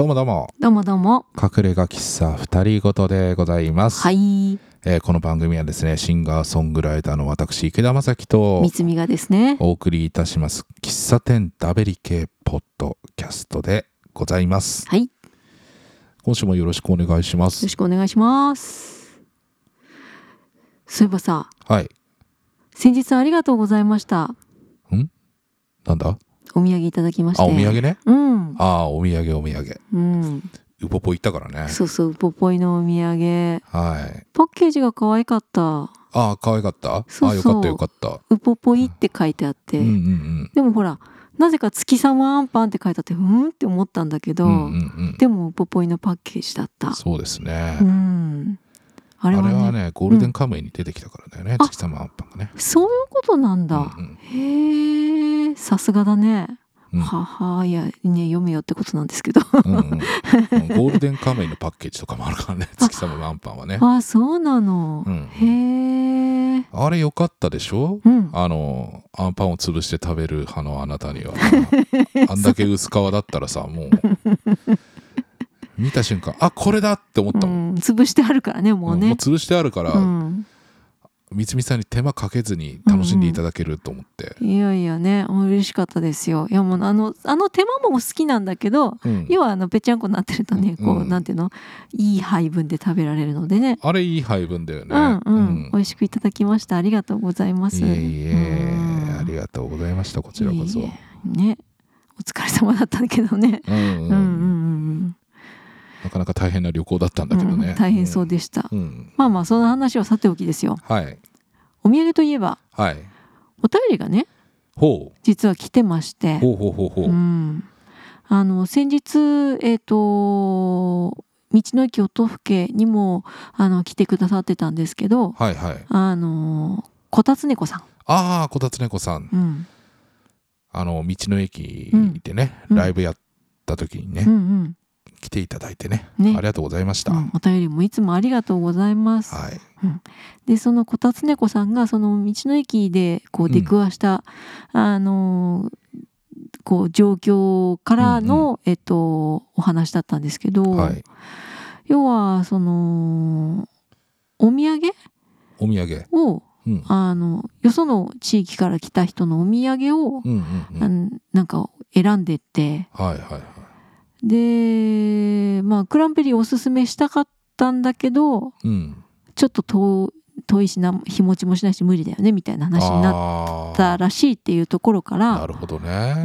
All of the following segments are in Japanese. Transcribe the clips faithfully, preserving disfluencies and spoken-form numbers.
どうもどうもどうもどうも隠れ家喫茶二人ごとでございます。 はい、 えーこの番組はですね、シンガーソングライターの私池田正樹と三つみがですねお送りいたします喫茶店ダベリ系ポッドキャストでございます。 はい、よ今週もよろしくお願いします。 ろしくお願いします。そういえばさ、 はい。 先日ありがとうございました。 んなんだ、 お土産いただきまして。 あ、お土産ね。 うんああ、お土産お土産、 うんウポポ行ったからね。 そうそう、ウポポイのお土産、 はい。 パッケージが可愛かった。 ああ、可愛かった。 そうそう、 あ、よかったよかった。 ウポポイって書いてあって、 うんうんうん。 でもほら、なぜか月様アンパンって書いてあって、うんって思ったんだけど、 うんうんうん、 でもウポポイのパッケージだった。 そうですね。 うんあれはね、 あれはね、ゴールデンカムイに出てきたからだよね、 うん、 月様アンパンがね。 そういうことなんだ。 うんうん、 へえ、さすがだね。 うん、 はは、いやね、読めよってことなんですけど。 うんうん、ゴールデンカムイのパッケージとかもあるからね、月様アンパンはね。 あ、そうなの。 うん、 へえ。 あれ良かったでしょ、 うん、 あのアンパンを潰して食べる派のあなたにはあんだけ薄皮だったらさ、もう見た瞬間、あ、これだって思ったもん、 うん、潰してあるからね、もうね、 うん、もう潰してあるから、 うん、 三つみさんに手間かけずに楽しんでいただけると思って、 うんうん、いやいやね、嬉しかったですよ。いやもうあのあの手間も好きなんだけど、うん、要はあのぺちゃんこになってるとね、こう、うん、なんていうの、いい配分で食べられるのでね。 あれいい配分だよね。 うんうん、うん、美味しくいただきました。ありがとうございます。 いえいえ、うん、ありがとうございました。こちらこそ。いえいえね、お疲れ様だったんだけどね。うんうんうんうん。 なかなか大変な旅行だったんだけどね。 うん、大変そうでした。 うん、 まあまあその話はさておきですよ。 はい。 お土産といえば、 はい、 お便りがね、 ほう、 実は来てまして、 ほうほうほうほう、うん、 あの先日えっと道の駅音更にもあの来てくださってたんですけど、 はいはい、 あのこたつ猫さん。 ああ、こたつ猫さん、うん、あの道の駅でね、うん、ライブやった時にね、うんうん、来ていただいて ね, ねありがとうございました、うん、 お便りもいつもありがとうございます、はい、うん、でそのこたつ猫さんがその道の駅でこう出くわした、うん、あのこう状況からの、うんうん、えっと、お話だったんですけど、はい、要はそのお土産お土産を、うん、あのよその地域から来た人のお土産を、うんうんうん、なんか選んでって、はいはいはい、でまあクランベリーおすすめしたかったんだけど、うん、ちょっと遠遠いしな日持ちもしないし無理だよねみたいな話になったらしいっていうところから、 なるほどね、 うん、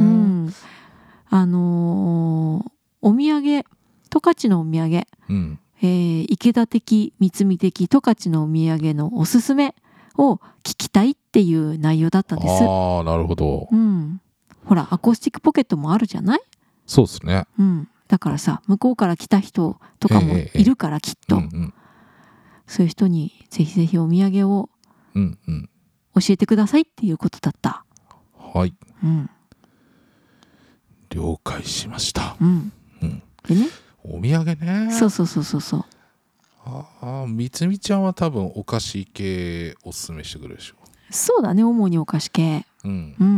あのー、お土産十勝のお土産、うん、えー、池田的三つみ的十勝のお土産のおすすめを聞きたいっていう内容だったんです。 ああ、なるほど、 うん、ほらアコースティックポケットもあるじゃない。 そうですね、 うん、だからさ向こうから来た人とかもいるからきっと、えーえーうんうん、そういう人にぜひぜひお土産を教えてくださいっていうことだった、 はい、 うん、 了解しました、 うんうん、でね、 お土産ね、 そうそうそうそうそう、 ああ、みつみちゃんは多分お菓子系おすすめしてくれるでしょ。 そうだね、主にお菓子系、うんうん、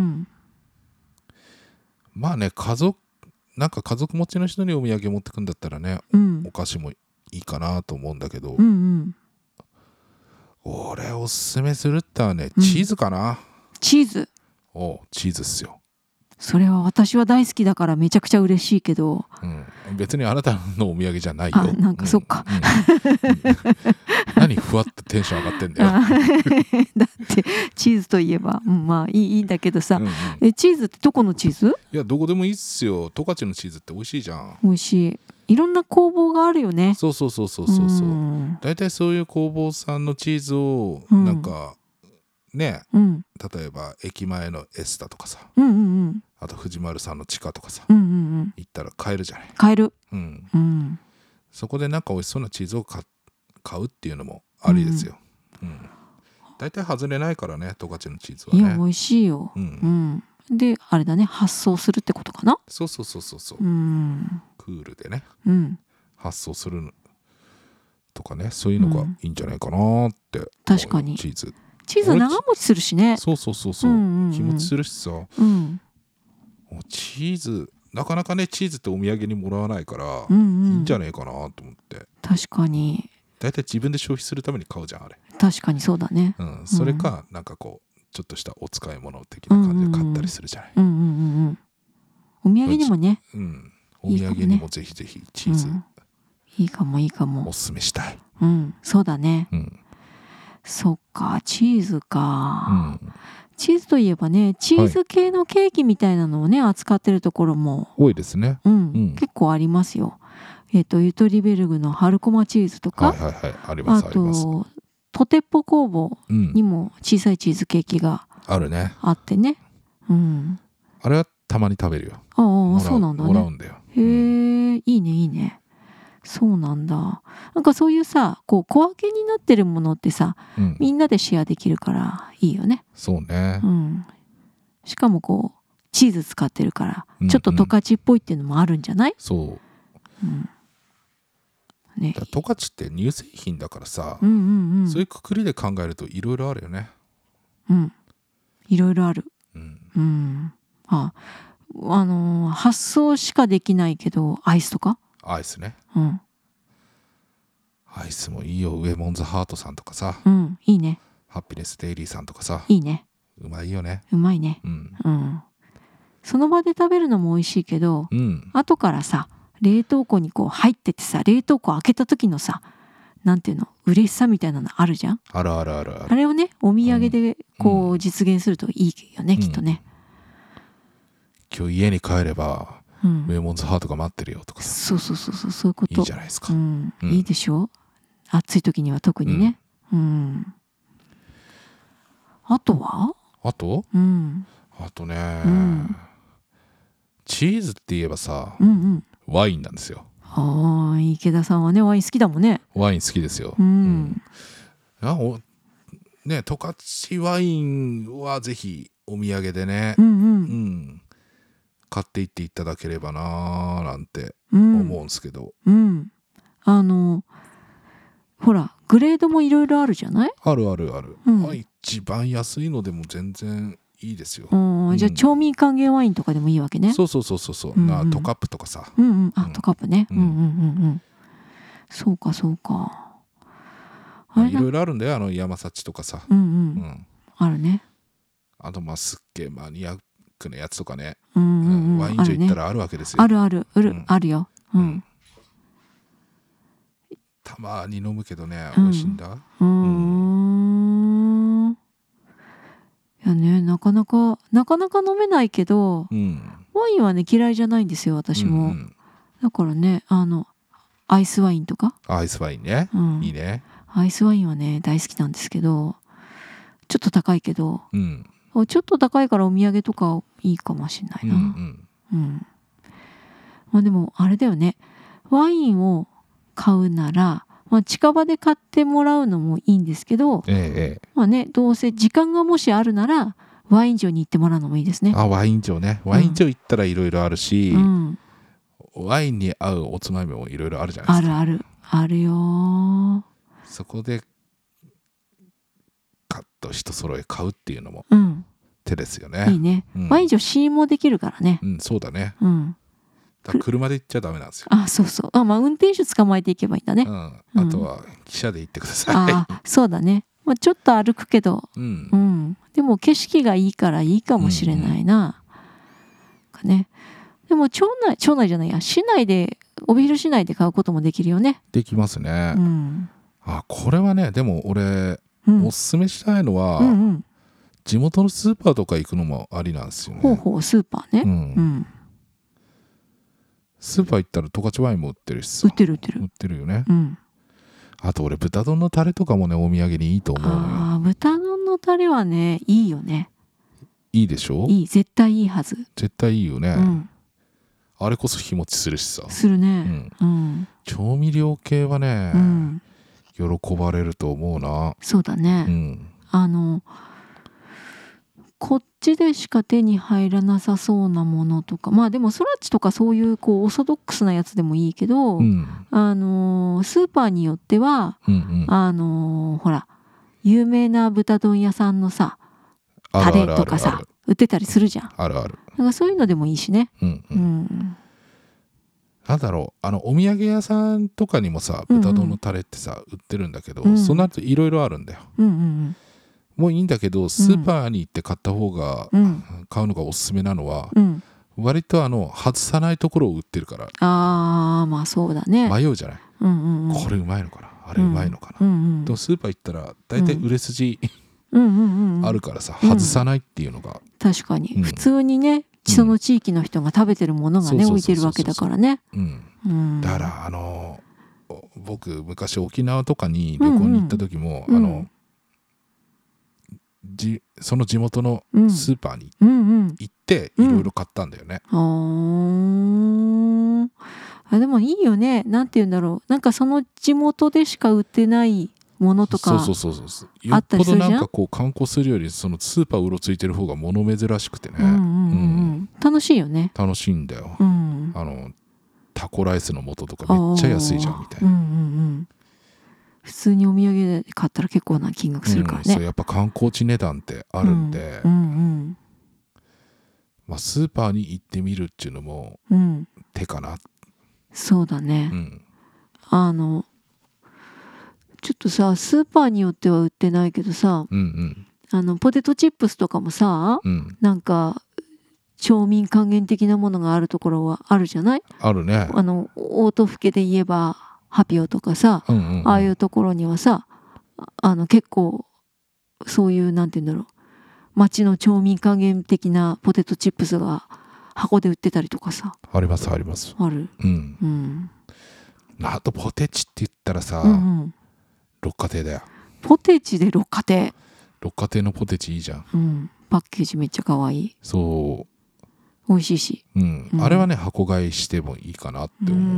まあね、家族なんか家族持ちの人にお土産持ってくんだったらね、うん、お菓子もいいかなと思うんだけど、うんうん、俺おすすめするってのはね、チーズかな、うん、 チーズ、 おう、チーズっすよ。 それは私は大好きだからめちゃくちゃ嬉しいけど、 うん、別にあなたのお土産じゃないよ。 あ、なんかそっか、 うんうん、何ふわってテンション上がってんだよだってチーズといえば、うん、まあいい、いいんだけどさ、うんうん、えチーズってどこのチーズ？ いやどこでもいいっすよ。十勝のチーズって美味しいじゃん。 美味しい。いろんな工房があるよね。 そうそうそうそうそうそう、だいたいそういう工房さんのチーズをなんか、うん、ね、うん、例えば駅前のエスタとかさ、うんうんうん、あと藤丸さんの地下とかさ、うんうんうん、行ったら買えるじゃない。 買える、 うんうん、そこでなんか美味しそうなチーズを買うっていうのもありですよ、うんうん、だいたい外れないからね、十勝のチーズはね。 いや美味しいよ、うんうん、であれだね、発送するってことかな。 そうそうそうそうそう、 うん、 クールでね、 うん、 発送するとかね、そういうのがいいんじゃないかなって、うん、 確かにチーズチーズ長持ちするしね。 そうそうそうそう、うんうんうん、日持ちするしさ、うん、チーズなかなかねチーズってお土産にもらわないから、うんうん、いいんじゃねえかなと思って。 確かにだいたい自分で消費するために買うじゃんあれ。 確かにそうだね、 うん、それか、うん、なんかこうちょっとしたお使い物的な感じで買ったりするじゃない、 うんうんうんうん、お土産にもね、 うん、お土産にもぜひぜひチーズ、うん、 いいかもいいかもおすすめしたい。 うんそうだね、 うん、 そっかチーズか、うん、チーズといえばねチーズ系のケーキみたいなのをね、はい、扱ってるところも多いですね、 うんうん、結構ありますよ。えっとユトリベルグのハルコマチーズとか、 はいはいはい、ありますあります。 あとトテッポ工房にも小さいチーズケーキがあるね。あってね。うん。 あれはたまに食べるよ。 ああ、そうなんだね。 もらうんだよ。 へえ、うん、いいねいいね。そうなんだ。なんかそういうさ、こう小分けになってるものってさ、うん、みんなでシェアできるからいいよね。 そうね。 うん。しかもこうチーズ使ってるから、うんうん、ちょっと十勝っぽいっていうのもあるんじゃない？ そう。うんね、十勝って乳製品だからさ、うんうんうん、そういうくくりで考えるといろいろあるよね。 うん、いろいろある。うん、うん、あ、あのー、発想しかできないけどアイスとか？ アイスね。うん。アイスもいいよ。ウェモンズハートさんとかさ。 うん、いいね。 ハピネスデイリーさんとかさ。 いいね。 うまいよね。 うまいね。うん。うん。その場で食べるのも美味しいけど、うん、後からさ。冷凍庫にこう入っててさ冷凍庫開けた時のさなんていうの嬉しさみたいなのあるじゃん。 あるあるあるある。 あれをねお土産でこう実現するといいよね、うん、きっとね、 うん、今日家に帰れば、うん、ウェモンズハートが待ってるよとかさ。 そうそうそうそうそういうこといいじゃないですか、 うんうん、いいでしょ暑い時には特にね、うん、うん、あとはあと、うん、あとね、うん、チーズって言えばさ、うんうん、ワインなんですよ。 ああ、池田さんはねワイン好きだもんね。 ワイン好きですよ。うん。うん、あおね十勝ワインはぜひお土産でね、うんうんうん、買っていっていただければなーなんて思うんですけど。 うん。うん、あのほらグレードもいろいろあるじゃない？ あるあるある。うん、まあ、一番安いのでも全然いいですよ。 うん、じゃあ調味還元ワインとかでもいいわけね。 そうそうそうそうそう、うんうん、なトカップとかさ。 うんうん、あ、トカップね。うんうんうんうん。そうかそうか。 いろいろあるんだよあの山幸とかさ。 うんうん。うん、あるね。 あとまあすっげえマニアックなやつとかね。うんうんうん、ワイン所行ったらあるわけですよ。 あるあるある、うん、あるよ。うん。うん、 たまに飲むけどね、美味しいんだ。 うん。うん、いやね、なかなかなかなか飲めないけど、うん、ワインはね嫌いじゃないんですよ私も、うんうん、だからねあのアイスワインとかアイスワインね、うん、いいね。 アイスワインはね大好きなんですけどちょっと高いけど、うん、ちょっと高いからお土産とかいいかもしれないな。うんうんうん、まあでもあれだよねワインを買うならまあ、近場で買ってもらうのもいいんですけど、ええまあね、どうせ時間がもしあるならワイン場に行ってもらうのもいいですね。 あ、ワイン場ね。ワイン場行ったらいろいろあるし、うん、ワインに合うおつまみもいろいろあるじゃないですか。 あるあるあるよ。 そこでカッと一揃え買うっていうのも手ですよね。 いいね、うん、ワイン場試飲もできるからね。 うん、そうだね。うん、だ車で行っちゃダメなんですよ。 あ、そうそう。あ、まあ運転手捕まえていけばいいんだね。 うん。あとは汽車で行ってください。 あ、そうだね。まあちょっと歩くけど、うん、うん。でも景色がいいからいいかもしれないな。うんうん、ね。でも町内町内じゃないや市内で帯広市内で買うこともできるよね。 できますね。うん、あ、これはねでも俺、うん、おすすめしたいのは、うんうん、地元のスーパーとか行くのもありなんですよね。 ほうほうスーパーね。うん。うんスーパー行ったら十勝ワインも売ってるしさ。 売ってる売ってる。 売ってるよね。うん。あと俺豚丼のタレとかもねお土産にいいと思うのよ。 ああ豚丼のタレはねいいよね。 いいでしょ？ いい絶対いいはず。 絶対いいよね。うん、あれこそ日持ちするしさ。 するね。うん。うん、 調味料系はね、うん、喜ばれると思うな。 そうだね。うん、あの。こっちでしか手に入らなさそうなものとかまあでもソラッチとかそういうこうオーソドックスなやつでもいいけど、うん、あのー、スーパーによっては、うんうん、あのー、ほら有名な豚丼屋さんのさタレとかさ売ってたりするじゃん。 あるある。 だからそういうのでもいいしね。 うんうん。うん、なんだろう、あのお土産屋さんとかにもさ、豚丼のタレってさ、うんうん、売ってるんだけど、うん、その後いろいろあるんだよ。うんうんうん、もういいんだけど、スーパーに行って買った方が、うん、買うのがおすすめなのは、うん、割とあの外さないところを売ってるから。 ああ、まあそうだね。 迷うじゃない。うんうんうん、これうまいのかな、あれうまいのかな。うんうん、でもスーパー行ったら大体売れ筋、うん、あるからさ、外さないっていうのが。 確かに、うん、普通にね、その地域の人が食べてるものがね、置いてるわけだからね。 だからあの僕昔沖縄とかに旅行に行った時も、うんうん、あのじその地元のスーパーに行っていろいろ買ったんだよね。 うんうん、あ、でもいいよね。なんて言うんだろう、なんかその地元でしか売ってないものとかそうそうそうそう、よっぽどなんかこう観光するよりそのスーパーうろついてる方が物珍しくてね、うんうんうんうん、 楽しいよね。 楽しいんだよ、うん、あのタコライスの素とかめっちゃ安いじゃんみたいな、うんうんうん、 普通にお土産で買ったら結構な金額するからね、うん、 そうやっぱ観光地値段ってあるんで、うんうんうん、まあ、スーパーに行ってみるっていうのも手かな、うん、 そうだね、うん、あのちょっとさ、スーパーによっては売ってないけどさ、うんうん、あのポテトチップスとかもさ、うん、なんか町民還元的なものがあるところはあるじゃない？ あるね。 あの大都府家で言えばハピオとかさ、うんうんうん、ああいうところにはさ、あの結構そういうなんて言うんだろう、町の町民還元的なポテトチップスが箱で売ってたりとかさ。 ありますあります。 ある。うん。うん、 あとポテチって言ったらさ、うんうん、六花亭だよ。 ポテチで六花亭。 六花亭のポテチいいじゃん。 うん。パッケージめっちゃ可愛い。 そう。 美味しいし。 うん。うん、あれはね箱買いしてもいいかなって思う。うん。うん、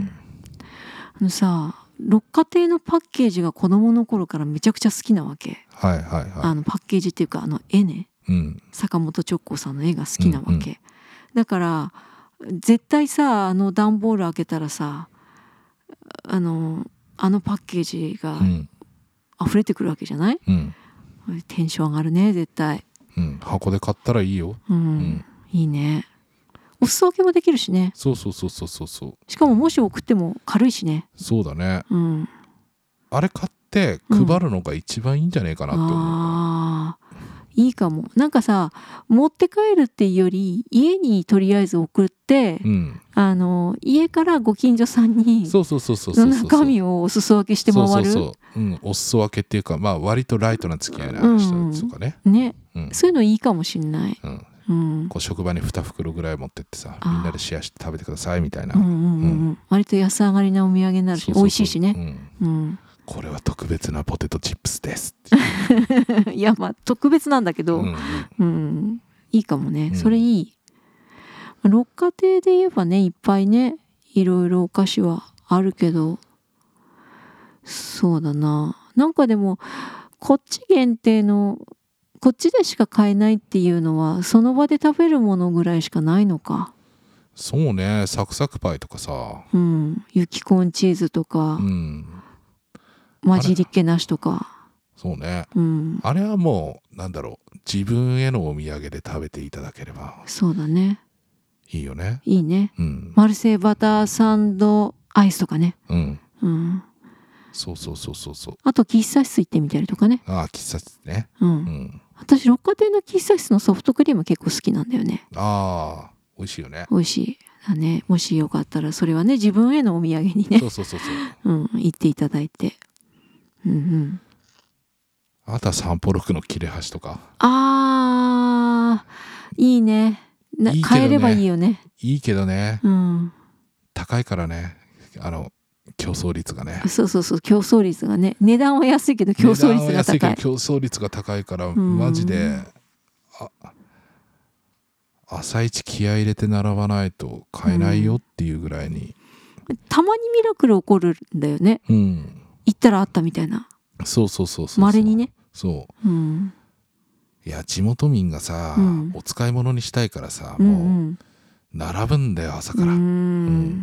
あのさ、六花亭のパッケージが子供の頃からめちゃくちゃ好きなわけ。 はいはいはい。 あのパッケージっていうかあの絵ね。うん、坂本直子さんの絵が好きなわけ。うんうん、だから絶対さ、あの段ボール開けたらさ、あのあのパッケージが溢れてくるわけじゃない？うん、テンション上がるね絶対。 うん、箱で買ったらいいよ。うん、うん、 いいね。お裾分けもできるしね。 そうそうそうそうそうそう。 しかももし送っても軽いしね。 そうだね。うん、あれ買って配るのが一番いいんじゃないかなって思う。うん、あー、いいかも。なんかさ、持って帰るっていうより家にとりあえず送って、うん、あの家からご近所さんにそうそうそうそうそうそう中身をお裾分けして回る。そうそうそう、 うん、お裾分けっていうか、まあ割とライトな付き合いな人とかね、 うん、ね、うん、そういうのいいかもしんない。うんうん、こう職場にに袋ぐらい持ってってさ、みんなでシェアして食べてくださいみたいな、うんうんうんうん、 割と安上がりなお土産になるし、美味しいしね、うんうん、 これは特別なポテトチップスですいやまあ特別なんだけど、うんうんうん、いいかもね、それいい。六花亭で言えばね、いっぱいね、いろいろお菓子はあるけど、そうだな、なんかでもこっち限定のこっちでしか買えないっていうのはその場で食べるものぐらいしかないのか。 そうね、サクサクパイとかさ、 うん、雪コーンチーズとか、うん、混じりっけなしとか。 そうね、うん、あれはもうなんだろう、自分へのお土産で食べていただければ。 そうだね、 いいよね。 いいね、うん、マルセイバターサンドアイスとかね、うん、うん、 そうそうそうそうそう。 あと喫茶室行ってみたりとかね。 ああ、喫茶室ね、うん、うん、 私六花亭の喫茶室のソフトクリーム結構好きなんだよね。 ああ、美味しいよね。 美味しいだね。もしよかったらそれはね、自分へのお土産にね、 そうそうそうそう、うん、 行っていただいて、うんうん。 あとは散歩六の切れ端とか。 あー、いいね。な、いいけどね、買えればいいよね。 いいけどね、うん、高いからね、あの競争率がね。 そうそうそう、競争率がね、値段は安いけど競争率が高い。値段は安いけど競争率が高いから、マジであ朝一気合い入れて並ばないと買えないよっていうぐらいに、 うん、たまにミラクル起こるんだよね、うん、行ったらあったみたいな。 そうそうそうそう、 稀にね。 そう、うん、いや地元民がさ、うん、お使い物にしたいからさ、もう、うんうん、並ぶんだよ朝から。うん、うん、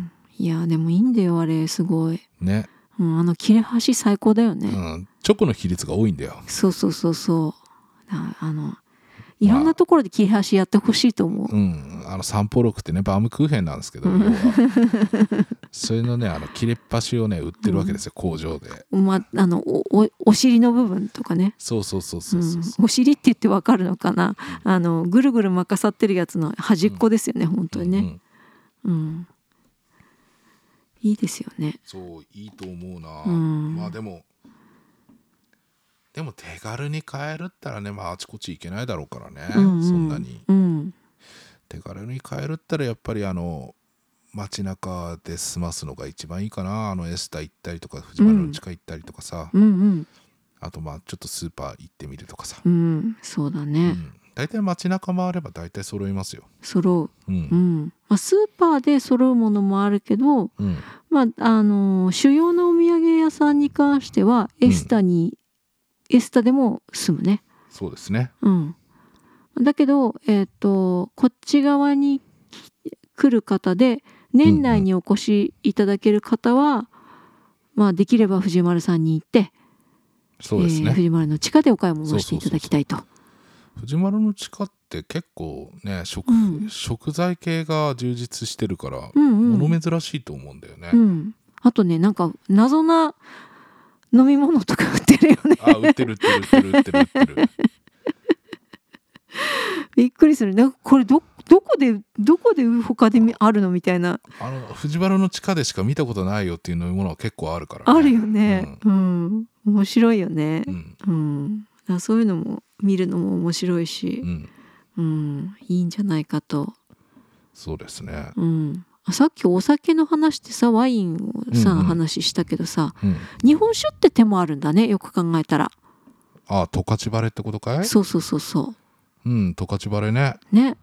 いやでもいいんだよあれ、すごいね、うん、あの切れ端最高だよね、 うん、チョコの比率が多いんだよ。 そうそうそうそう、あのいろんなところで切れ端やってほしいと思う、 うん、あの三宝六ってねバームクーヘンなんですけどそれのねあの切れ端をね売ってるわけですよ、うん、工場で、 まあ、あの お, お, お尻の部分とかねそうそうそうそうそう、 うん、お尻って言ってわかるのかな、うん、あのぐるぐる巻かさってるやつの端っこですよね、うん、本当にね、うん、うん、いいですよね。 そういいと思うな、 うん、 まあでもでも手軽に買えるったらね、まあ、あちこち行けないだろうからね、うんうん、そんなに、うん、手軽に買えるったらやっぱりあの街中で済ますのが一番いいかな。あのエスタ行ったりとか藤丸の地下行ったりとかさ、うんうん、あとまあちょっとスーパー行ってみるとかさ、 うん、そうだね、うん、 大体街中回れば大体揃いますよ。 揃う、うんうんまあ、スーパーで揃うものもあるけど、うん、まああのー、主要なお土産屋さんに関してはエスタに、うん、エスタでも済むね。 そうですね、 うん、だけど、えーと、こっち側に来る方で年内にお越しいただける方は、うんうんまあ、できれば藤丸さんに行って、 そうですね、 えー、藤丸の地下でお買い物をしていただきたいと。そうそうそうそう、 藤丸の地下って結構ね 食,、うん、食材系が充実してるから、うんうん、物珍しいと思うんだよね、うん、 あとねなんか謎な飲み物とか売ってるよね。 あ売ってる売ってる売ってる売ってる売ってるびっくりするね。これどどこでどこで他であるのみたいな。 あの藤原の地下でしか見たことないよっていう飲み物は結構あるからね。あるよね。うん、うん、面白いよね。うん、うん、そういうのも見るのも面白いし、うんうん、いいんじゃないかと。 そうですね。 うん。さっきお酒の話ってさワインをさ、うんうん、話したけどさ、うん、日本酒って手もあるんだねよく考えたら。 ああ十勝バレってことかい？ そうそうそうそう。 うん十勝バレね。 ね。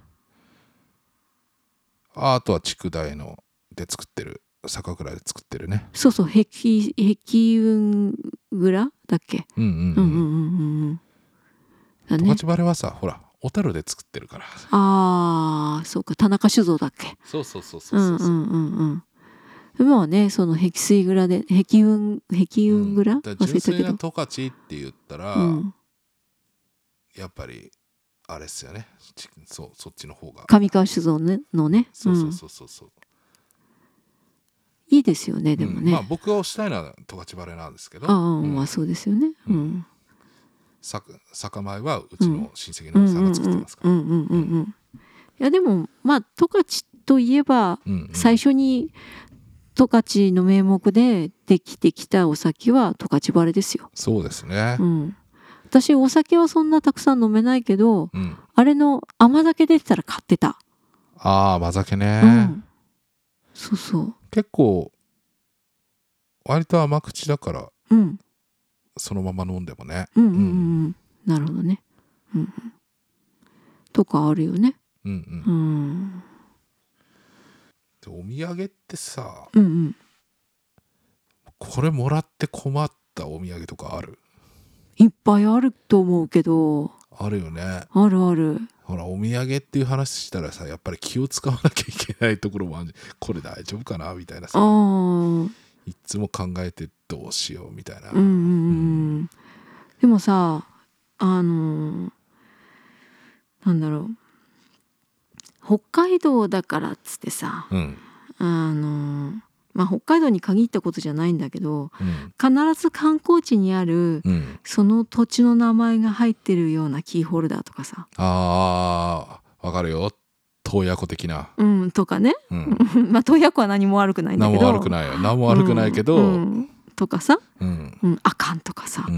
あ, あとは筑大ので作ってる酒蔵で作ってるね。 そうそう碧碧雲蔵だっけ？うんうんうんうんうんうん。十勝バレはさほら小樽で作ってるから。 ああそうか田中酒造だっけ？ そうそうそうそうそう。うんうんうんうん。まあねその碧水蔵で碧雲碧雲蔵、うん、忘れたけど。純粋な十勝って言ったら、うん、やっぱりあれっすよね。そうそっちの方が。 上川酒造のね。 そうそうそうそうそう。 いいですよねでもね。 うん、まあ僕が推したいのは十勝バレなんですけど。 ああ、うん、まあそうですよね。うん。 酒米はうちの親戚のおじさんが作ってますから。 うんうんうんうん。いやでもまあ十勝といえば、うんうん、最初に十勝の名目でできてきたお酒は十勝バレですよ。 そうですね。 うん。私お酒はそんなたくさん飲めないけど、うん、あれの甘酒出てたら買ってた。 ああ甘酒ね、 うん、そうそう結構割と甘口だから、うん、そのまま飲んでもね、 うんうんうん、うん、なるほどね、うん、とかあるよね、うんうん、うん、 でお土産ってさ、 うんうん、 これもらって困ったお土産とかある？ いっぱいあると思うけど。 あるよね。 あるある。 ほらお土産っていう話したらさやっぱり気を使わなきゃいけないところもある。これ大丈夫かなみたいなさ、あいつも考えてどうしようみたいな、うんうんうんうん、でもさあのー、なんだろう北海道だからっつってさ、うん、あのーまあ、北海道に限ったことじゃないんだけど、うん、必ず観光地にある、うん、その土地の名前が入ってるようなキーホルダーとかさあーわかるよ洞爺湖的な、 うん、とかね、うん、まあ洞爺湖は何も悪くないんだけど何も悪くないよ何も悪くないけど、うんうん、 とかさ、うんうん、あかんとかさ、うんうん、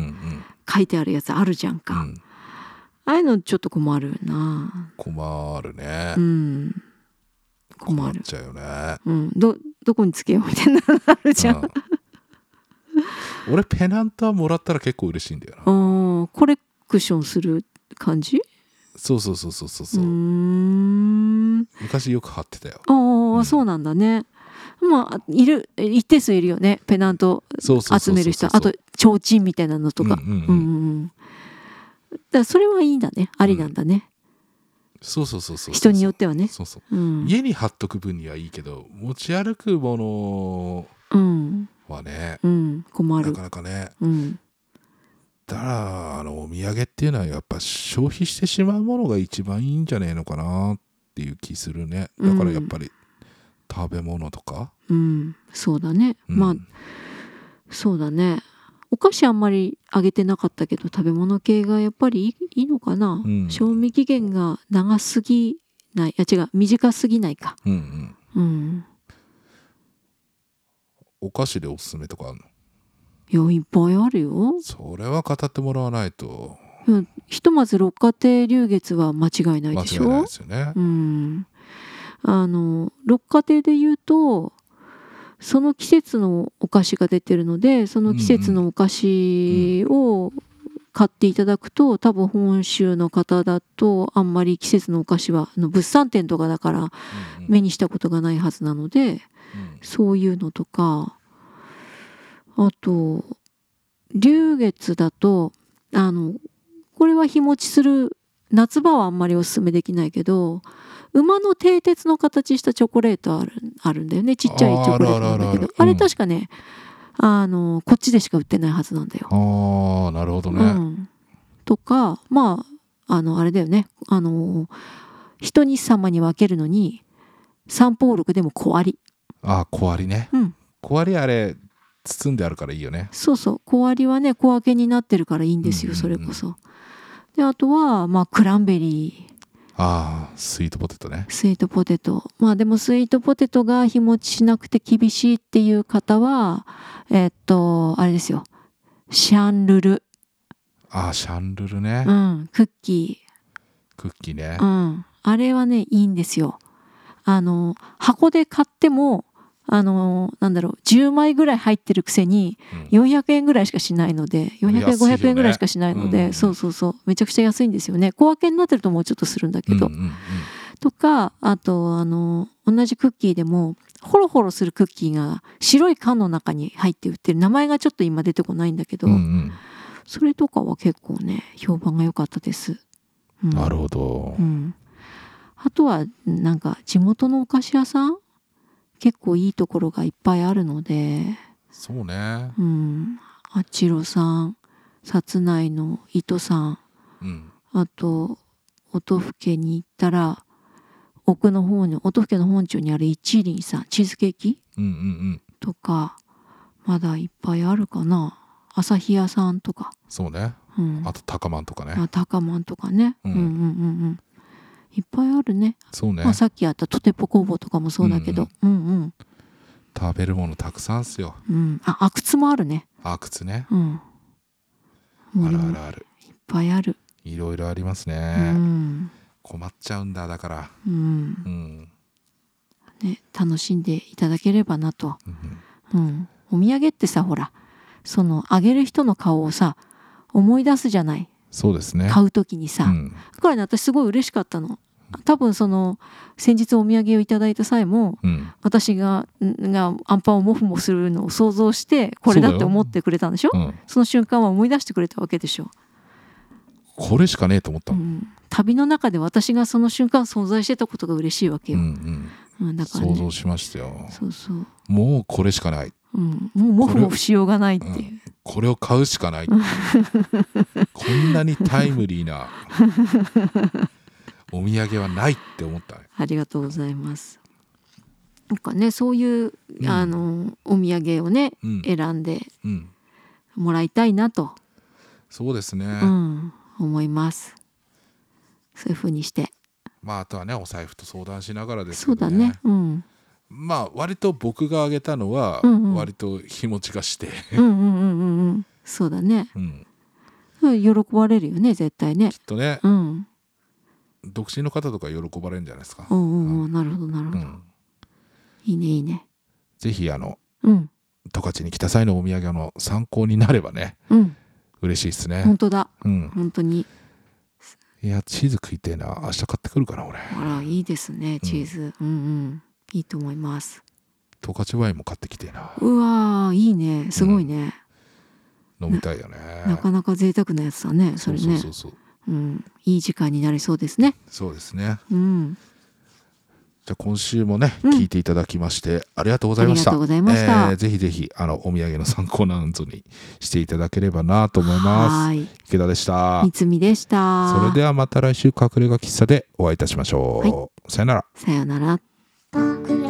書いてあるやつあるじゃんか、うん、ああいうのちょっと困るな。 困るね、 うん困る困っちゃうよね、 うん、ど, どこにつけようみたいなのあるじゃん、うん、 俺ペナントはもらったら結構嬉しいんだよな。 あコレクションする感じ。 そうそうそうそうそう。うーん昔よく貼ってたよ。 ああ、うん、そうなんだね。まあいる一定数いるよねペナント集める人。あと提灯みたいなのとか。うんうんうんうん、だからそれはいいんだねありなんだね、 うん、そうそうそうそう人によってはね。 そうそう、うん、家に貼っとく分にはいいけど持ち歩くものはね、 うんうん、困るなかなかね、 うん、 たらあのお土産っていうのはやっぱ消費してしまうものが一番いいんじゃねえのかなっていう気するね。だからやっぱり食べ物とか、 うん、そうだね、うん、まあそうだね。お菓子あんまりあげてなかったけど食べ物系がやっぱりい い, いいのかな、うん、賞味期限が長すぎない、いや違う短すぎないか。うんうん、うん、 お菓子でおすすめとかあるの？ いやいっぱいあるよ。 それは語ってもらわないと。 ひとまず六花亭龍月は間違いないでしょ。 間違いないですよね。 うん、あの六花亭で言うとその季節のお菓子が出てるのでその季節のお菓子を買っていただくと、うんうん、多分本州の方だとあんまり季節のお菓子はあの物産展とかだから目にしたことがないはずなので、うんうん、そういうのとか、あと龍月だとあのこれは日持ちする、夏場はあんまりおすすめできないけど馬の蹄鉄の形したチョコレートある、あるんだよね。ちっちゃいチョコレートなんだけど あ, あ, あ, あ, あれ確かね、うん、あのこっちでしか売ってないはずなんだよ。 ああなるほどね、うん、 とかまああのあれだよね、あの一日様に分けるのに三宝六でも小割り。 ああ小割りね、うん、小割りあれ包んであるからいいよね。 そうそう小割りはね小分けになってるからいいんですよ、うんうんうん、それこそ。であとはまあクランベリー、 ああスイートポテトね。 スイートポテト、まあでもスイートポテトが日持ちしなくて厳しいっていう方はえー、っとあれですよ、シャンルル。 ああシャンルルね、 うん、クッキークッキーね、 うん、あれはねいいんですよ。あの箱で買ってもあのなんだろうじゅうまいぐらい入ってるくせによんひゃくえんぐらいしかしないので、よんひゃくえんごひゃくえんぐらいしかしないので、うんうん、そうそうそうめちゃくちゃ安いんですよね。小分けになってるともうちょっとするんだけど、うんうんうん、とかあとあの同じクッキーでもホロホロするクッキーが白い缶の中に入って売ってる、名前がちょっと今出てこないんだけど、うんうん、それとかは結構ね評判が良かったです、 うん、なるほど、 うん、あとはなんか地元のお菓子屋さん結構いいところがいっぱいあるので、 そうね、 うん、あちろさん、薩内の糸さん、うん、あと音更に行ったら奥の方に音更の本町にある一輪さんチーズケーキ、うんうんうん、とかまだいっぱいあるかな。朝日屋さんとか、 そうね、うん、あと高まんとかね、 あ高まんとかね、うん、うんうんうんうんいっぱいあるね。 そうね、 まあ、さっきあったトテポ工房とかもそうだけど、うんうん、うんうん、 食べるものたくさんっすよ、 うん、あ阿久津もあるね。 阿久津ね、 うん、 あるあるある、 いっぱいある、 いろいろありますね、うん、困っちゃうんだだから、うんうんね、楽しんでいただければなと、うんうん、お土産ってさほらそのあげる人の顔をさ思い出すじゃない。 そうですね、 買う時にさ、うん、だからね私すごい嬉しかったの。多分その先日お土産をいただいた際も、うん、私ががアンパンをモフモフするのを想像してこれだって思ってくれたんでしょ。 そ,、うん、その瞬間は思い出してくれたわけでしょ。 これしかねえと思ったの、うん、 旅の中で私がその瞬間存在してたことが嬉しいわけよ、うんうんうん、だから、ね、想像しましたよ。 そうそうもうこれしかない、 うん、もうモフモフしようがないっていう、うん、 これを買うしかないこんなにタイムリーなお土産はないって思った、ね、 ありがとうございます。なんかねそういう、うん、あのお土産をね、うん、選んでもらいたいなと、 そうですね、 うん、思います。そういう風にしてまああとはねお財布と相談しながらですけどね。 そうだね、うん、 まあ割と僕があげたのは、うんうん、割と日持ちがしてうんうんうんうんうんそうだね、うん、喜ばれるよね絶対ねきっとね、うん、独身の方とか喜ばれるんじゃないですか。 おうおうおうなるほどなるほど、うん、いいねいいね。 ぜひあの十勝に来た際のお土産の参考になればね、うん、嬉しいですね。 本当だ、うん、本当に。 いやチーズ食いてえな、明日買ってくるかな俺。 あらいいですねチーズ、うん、うんうんいいと思います。 十勝ワインも買ってきてえな。 うわいいねすごいね、 うん、飲みたいよねな, なかなか贅沢なやつだねそれね。そうそうそうそう、うん、いい時間になりそうですね。 そうですね、 うん、 じゃあゃあ今週もね、うん、聞いていただきましてありがとうございました。ありがとうございました。えー、ぜひぜひあのお土産の参考なんぞにしていただければなと思います。はい、池田でした。 三つみでした。 それではまた来週隠れ家喫茶でお会いいたしましょう。はい、さよなら。 さよなら。